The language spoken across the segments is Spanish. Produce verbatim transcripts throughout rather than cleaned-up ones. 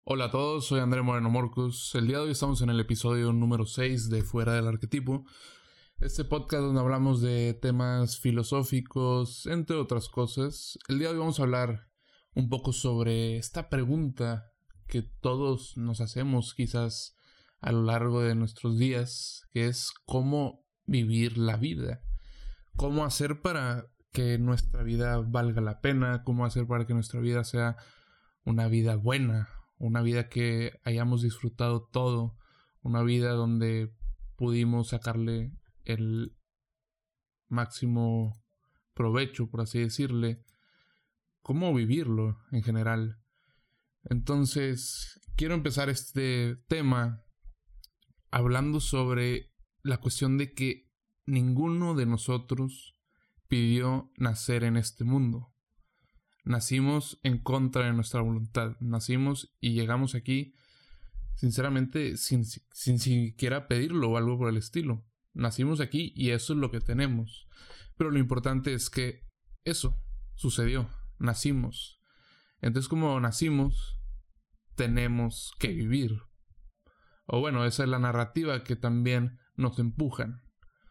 Hola a todos, soy André Moreno Morcos. El día de hoy estamos en el episodio número seis de Fuera del Arquetipo. Este podcast donde hablamos de temas filosóficos, entre otras cosas. El día de hoy vamos a hablar un poco sobre esta pregunta que todos nos hacemos quizás a lo largo de nuestros días, que es cómo vivir la vida. Cómo hacer para que nuestra vida valga la pena, cómo hacer para que nuestra vida sea una vida buena, una vida que hayamos disfrutado todo, una vida donde pudimos sacarle el máximo provecho, por así decirle, cómo vivirlo en general. Entonces, quiero empezar este tema hablando sobre la cuestión de que ninguno de nosotros pidió nacer en este mundo. Nacimos en contra de nuestra voluntad. Nacimos y llegamos aquí, sinceramente, sin, sin siquiera pedirlo o algo por el estilo. Nacimos aquí y eso es lo que tenemos. Pero lo importante es que eso sucedió. Nacimos. Entonces, como nacimos, tenemos que vivir. O bueno, esa es la narrativa que también nos empujan.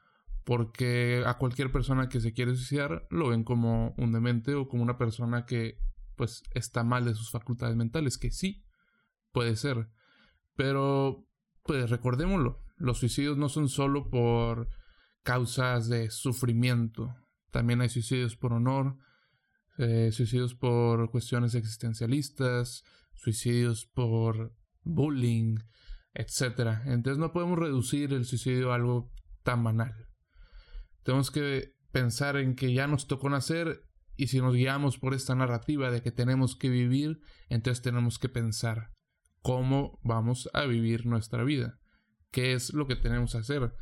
Porque a cualquier persona que se quiere suicidar lo ven como un demente o como una persona que pues está mal de sus facultades mentales, que sí, puede ser. Pero pues recordémoslo, los suicidios no son solo por causas de sufrimiento. También hay suicidios por honor, eh, suicidios por cuestiones existencialistas, suicidios por bullying, etcétera. Entonces no podemos reducir el suicidio a algo tan banal. Tenemos que pensar en que ya nos tocó nacer y si nos guiamos por esta narrativa de que tenemos que vivir, entonces tenemos que pensar cómo vamos a vivir nuestra vida, qué es lo que tenemos que hacer.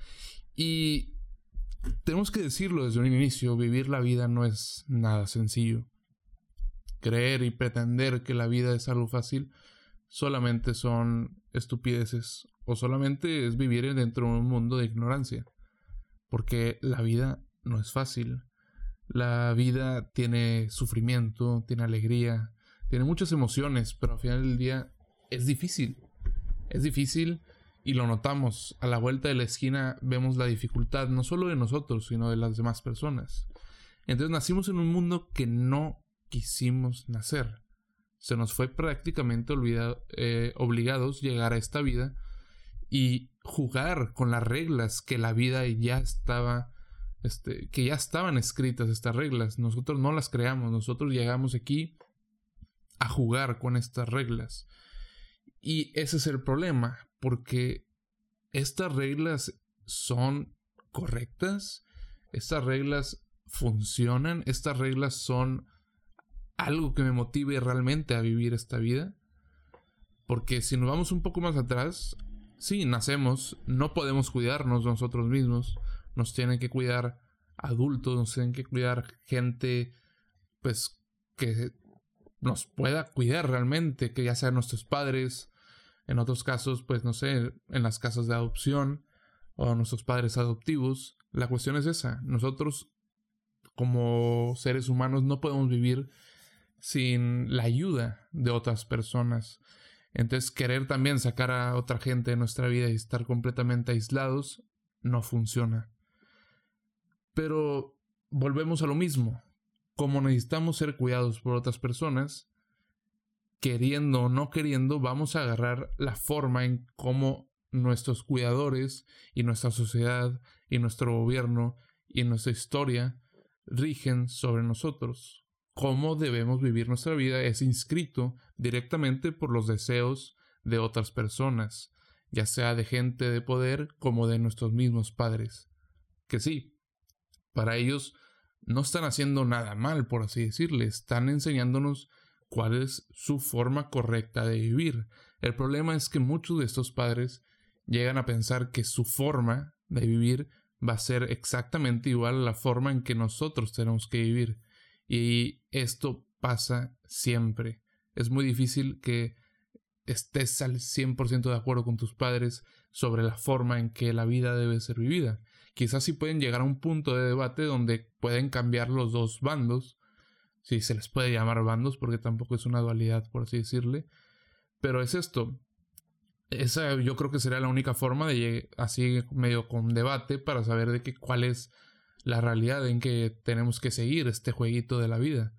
Y tenemos que decirlo desde un inicio, vivir la vida no es nada sencillo. Creer y pretender que la vida es algo fácil solamente son estupideces o solamente es vivir dentro de un mundo de ignorancia. Porque la vida no es fácil. La vida tiene sufrimiento, tiene alegría, tiene muchas emociones, pero al final del día es difícil. Es difícil y lo notamos. A la vuelta de la esquina vemos la dificultad, no solo de nosotros, sino de las demás personas. Entonces nacimos en un mundo que no quisimos nacer. Se nos fue prácticamente olvidado, eh, obligados llegar a esta vida y jugar con las reglas que la vida ya estaba, este, que ya estaban escritas estas reglas. Nosotros no las creamos, nosotros llegamos aquí a jugar con estas reglas. Y ese es el problema, porque estas reglas son correctas, estas reglas funcionan, estas reglas son algo que me motive realmente a vivir esta vida. Porque si nos vamos un poco más atrás, sí, nacemos, no podemos cuidarnos nosotros mismos, nos tienen que cuidar adultos, nos tienen que cuidar gente, pues, que nos pueda cuidar realmente, que ya sean nuestros padres, en otros casos, pues, no sé, en las casas de adopción, o nuestros padres adoptivos. La cuestión es esa, nosotros, como seres humanos, no podemos vivir sin la ayuda de otras personas. Entonces querer también sacar a otra gente de nuestra vida y estar completamente aislados no funciona. Pero volvemos a lo mismo. Como necesitamos ser cuidados por otras personas, queriendo o no queriendo, vamos a agarrar la forma en cómo nuestros cuidadores y nuestra sociedad y nuestro gobierno y nuestra historia rigen sobre nosotros. Cómo debemos vivir nuestra vida es inscrito directamente por los deseos de otras personas, ya sea de gente de poder como de nuestros mismos padres. Que sí, para ellos no están haciendo nada mal, por así decirle, están enseñándonos cuál es su forma correcta de vivir. El problema es que muchos de estos padres llegan a pensar que su forma de vivir va a ser exactamente igual a la forma en que nosotros tenemos que vivir. Y esto pasa siempre. Es muy difícil que estés al cien por ciento de acuerdo con tus padres sobre la forma en que la vida debe ser vivida. Quizás sí pueden llegar a un punto de debate donde pueden cambiar los dos bandos, si se les puede llamar bandos, porque tampoco es una dualidad, por así decirle. Pero es esto. Esa yo creo que sería la única forma de llegar así medio con debate para saber de que cuál es la realidad en que tenemos que seguir este jueguito de la vida.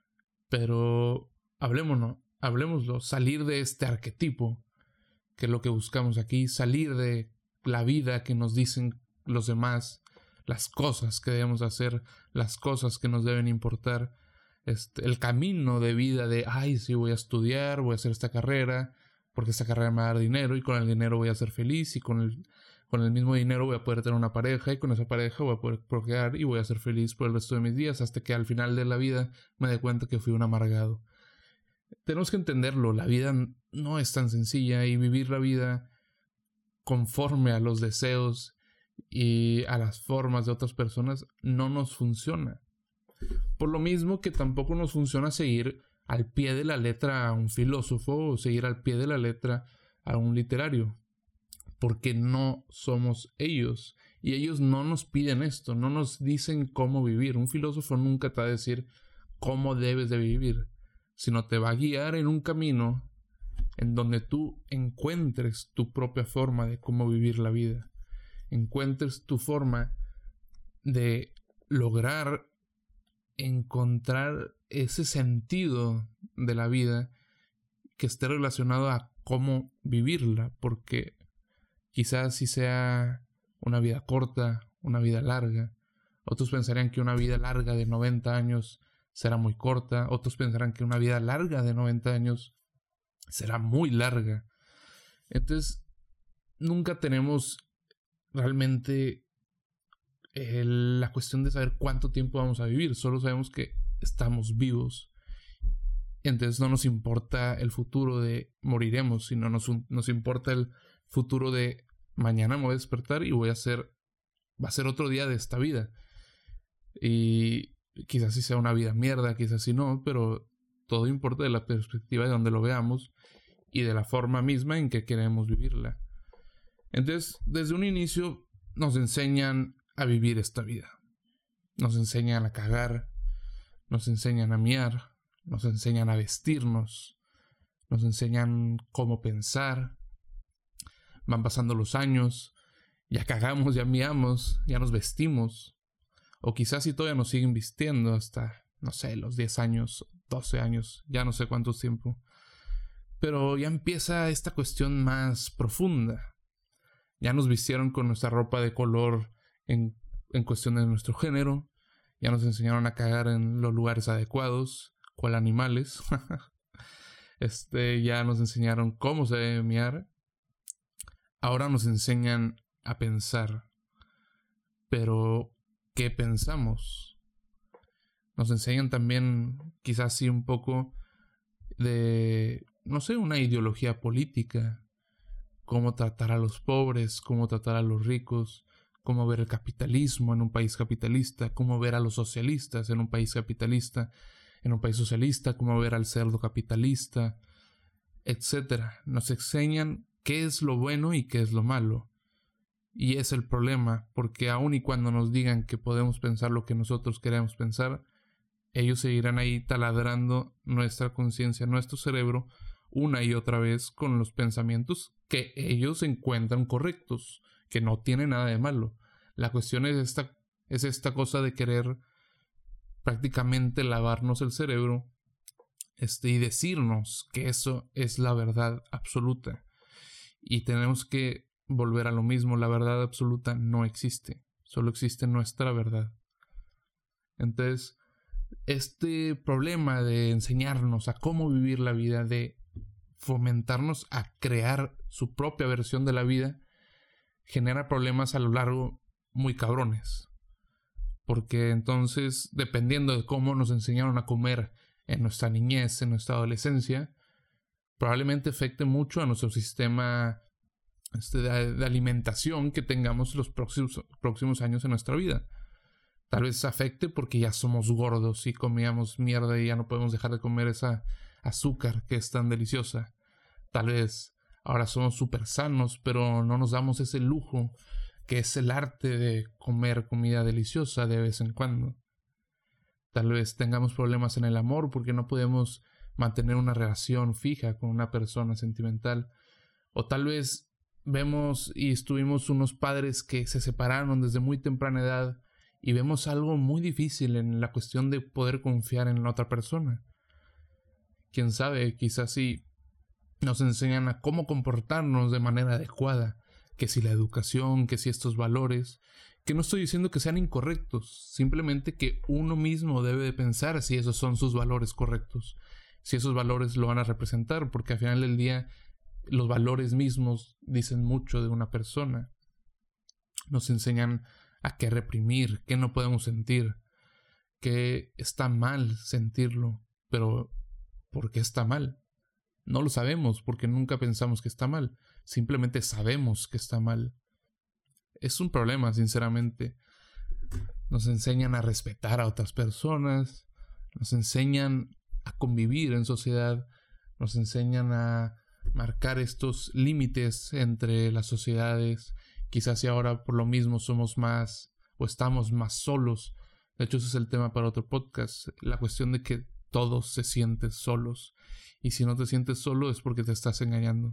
Pero hablémonos, hablemoslo, salir de este arquetipo, que es lo que buscamos aquí, salir de la vida que nos dicen los demás, las cosas que debemos hacer, las cosas que nos deben importar, este, el camino de vida de, ay, sí, voy a estudiar, voy a hacer esta carrera, porque esta carrera me va a dar dinero y con el dinero voy a ser feliz y con el, con el mismo dinero voy a poder tener una pareja y con esa pareja voy a poder procrear y voy a ser feliz por el resto de mis días hasta que al final de la vida me dé cuenta que fui un amargado. Tenemos que entenderlo, la vida no es tan sencilla y vivir la vida conforme a los deseos y a las formas de otras personas no nos funciona. Por lo mismo que tampoco nos funciona seguir al pie de la letra a un filósofo o seguir al pie de la letra a un literario, porque no somos ellos y ellos no nos piden esto, no nos dicen cómo vivir. Un filósofo nunca te va a decir cómo debes de vivir, sino te va a guiar en un camino en donde tú encuentres tu propia forma de cómo vivir la vida, encuentres tu forma de lograr encontrar ese sentido de la vida que esté relacionado a cómo vivirla, porque quizás si sea una vida corta, una vida larga. Otros pensarían que una vida larga de noventa años será muy corta, otros pensarán que una vida larga de noventa años será muy larga. Entonces, nunca tenemos realmente eh, la cuestión de saber cuánto tiempo vamos a vivir. Solo sabemos que estamos vivos. Entonces no nos importa el futuro de moriremos, sino nos, nos importa el futuro de mañana me voy a despertar y voy a hacer, va a ser otro día de esta vida. Y quizás sí sea una vida mierda, quizás sí no, pero todo importa de la perspectiva de donde lo veamos y de la forma misma en que queremos vivirla. Entonces, desde un inicio nos enseñan a vivir esta vida. Nos enseñan a cagar, nos enseñan a miar, nos enseñan a vestirnos, nos enseñan cómo pensar. Van pasando los años, ya cagamos, ya miamos, ya nos vestimos. O quizás si todavía nos siguen vistiendo hasta, no sé, los diez años, doce años, ya no sé cuánto tiempo. Pero ya empieza esta cuestión más profunda. Ya nos vistieron con nuestra ropa de color en, en cuestión de nuestro género. Ya nos enseñaron a cagar en los lugares adecuados, cual animales. este, ya nos enseñaron cómo se debe mear. Ahora nos enseñan a pensar. Pero, ¿qué pensamos? Nos enseñan también, quizás sí un poco de, no sé, una ideología política. Cómo tratar a los pobres, cómo tratar a los ricos, cómo ver el capitalismo en un país capitalista, cómo ver a los socialistas en un país capitalista, en un país socialista, cómo ver al cerdo capitalista, etcétera. Nos enseñan qué es lo bueno y qué es lo malo. Y es el problema, porque aun y cuando nos digan que podemos pensar lo que nosotros queremos pensar, ellos seguirán ahí taladrando nuestra conciencia, nuestro cerebro, una y otra vez con los pensamientos que ellos encuentran correctos, que no tiene nada de malo. La cuestión es esta, es esta cosa de querer prácticamente lavarnos el cerebro este, y decirnos que eso es la verdad absoluta. Y tenemos que volver a lo mismo, la verdad absoluta no existe, solo existe nuestra verdad. Entonces, este problema de enseñarnos a cómo vivir la vida, de fomentarnos a crear su propia versión de la vida, genera problemas a lo largo muy cabrones. Porque entonces, dependiendo de cómo nos enseñaron a comer en nuestra niñez, en nuestra adolescencia, probablemente afecte mucho a nuestro sistema este, de, de alimentación que tengamos los próximos, próximos años en nuestra vida. Tal vez afecte porque ya somos gordos y comíamos mierda y ya no podemos dejar de comer esa azúcar que es tan deliciosa. Tal vez ahora somos súper sanos, pero no nos damos ese lujo que es el arte de comer comida deliciosa de vez en cuando. Tal vez tengamos problemas en el amor porque no podemos mantener una relación fija con una persona sentimental. O tal vez vemos y estuvimos unos padres que se separaron desde muy temprana edad y vemos algo muy difícil en la cuestión de poder confiar en la otra persona. Quién sabe, quizás sí nos enseñan a cómo comportarnos de manera adecuada, que si la educación, que si estos valores, que no estoy diciendo que sean incorrectos, simplemente que uno mismo debe de pensar si esos son sus valores correctos, si esos valores lo van a representar, porque al final del día los valores mismos dicen mucho de una persona. Nos enseñan a qué reprimir, qué no podemos sentir, que está mal sentirlo, pero ¿por qué está mal? No lo sabemos porque nunca pensamos que está mal, simplemente sabemos que está mal. Es un problema, sinceramente. Nos enseñan a respetar a otras personas, nos enseñan a convivir en sociedad, nos enseñan a marcar estos límites entre las sociedades. Quizás si ahora por lo mismo somos más o estamos más solos. De hecho, ese es el tema para otro podcast, la cuestión de que todos se sienten solos. Y si no te sientes solo es porque te estás engañando.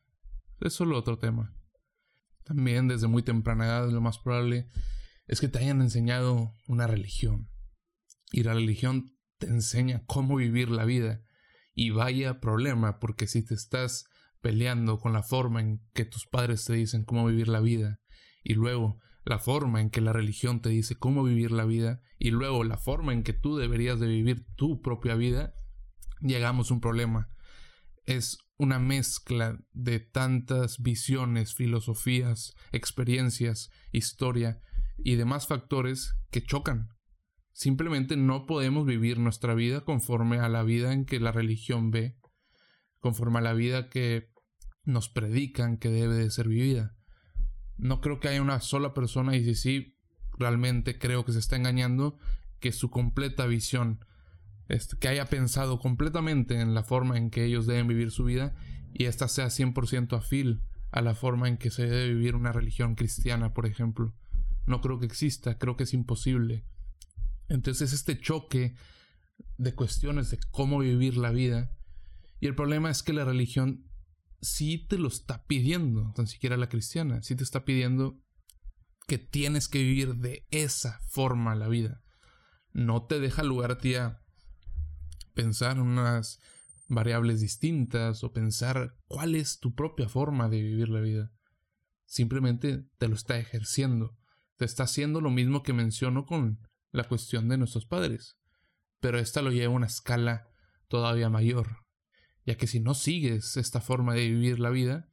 Es solo otro tema. También desde muy temprana edad lo más probable es que te hayan enseñado una religión. Y la religión te enseña cómo vivir la vida. Y vaya problema, porque si te estás peleando con la forma en que tus padres te dicen cómo vivir la vida, y luego la forma en que la religión te dice cómo vivir la vida, y luego la forma en que tú deberías de vivir tu propia vida, llegamos a un problema. Es una mezcla de tantas visiones, filosofías, experiencias, historia y demás factores que chocan. Simplemente no podemos vivir nuestra vida conforme a la vida en que la religión ve, conforme a la vida que nos predican que debe de ser vivida. No creo que haya una sola persona, y si sí, realmente creo que se está engañando, que su completa visión, este, que haya pensado completamente en la forma en que ellos deben vivir su vida y esta sea cien por ciento afín a la forma en que se debe vivir una religión cristiana, por ejemplo. No creo que exista, creo que es imposible. Entonces este choque de cuestiones de cómo vivir la vida, y el problema es que la religión sí te lo está pidiendo, tan siquiera la cristiana, sí te está pidiendo que tienes que vivir de esa forma la vida. No te deja lugar a ti a pensar en unas variables distintas o pensar cuál es tu propia forma de vivir la vida. Simplemente te lo está ejerciendo. Te está haciendo lo mismo que menciono con la cuestión de nuestros padres. Pero esta lo lleva a una escala todavía mayor. Ya que si no sigues esta forma de vivir la vida,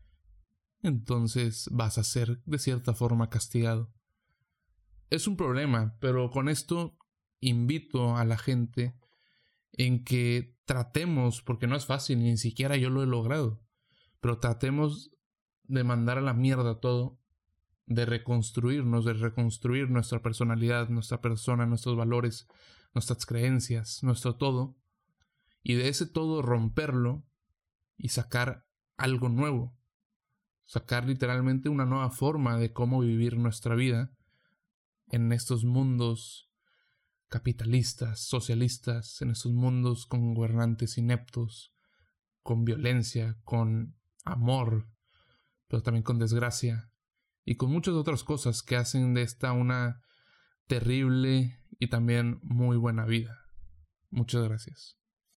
entonces vas a ser de cierta forma castigado. Es un problema, pero con esto invito a la gente en que tratemos, porque no es fácil, ni siquiera yo lo he logrado, pero tratemos de mandar a la mierda todo, de reconstruirnos, de reconstruir nuestra personalidad, nuestra persona, nuestros valores, nuestras creencias, nuestro todo, y de ese todo romperlo y sacar algo nuevo, sacar literalmente una nueva forma de cómo vivir nuestra vida en estos mundos capitalistas, socialistas, en estos mundos con gobernantes ineptos, con violencia, con amor, pero también con desgracia y con muchas otras cosas que hacen de esta una terrible y también muy buena vida. Muchas gracias.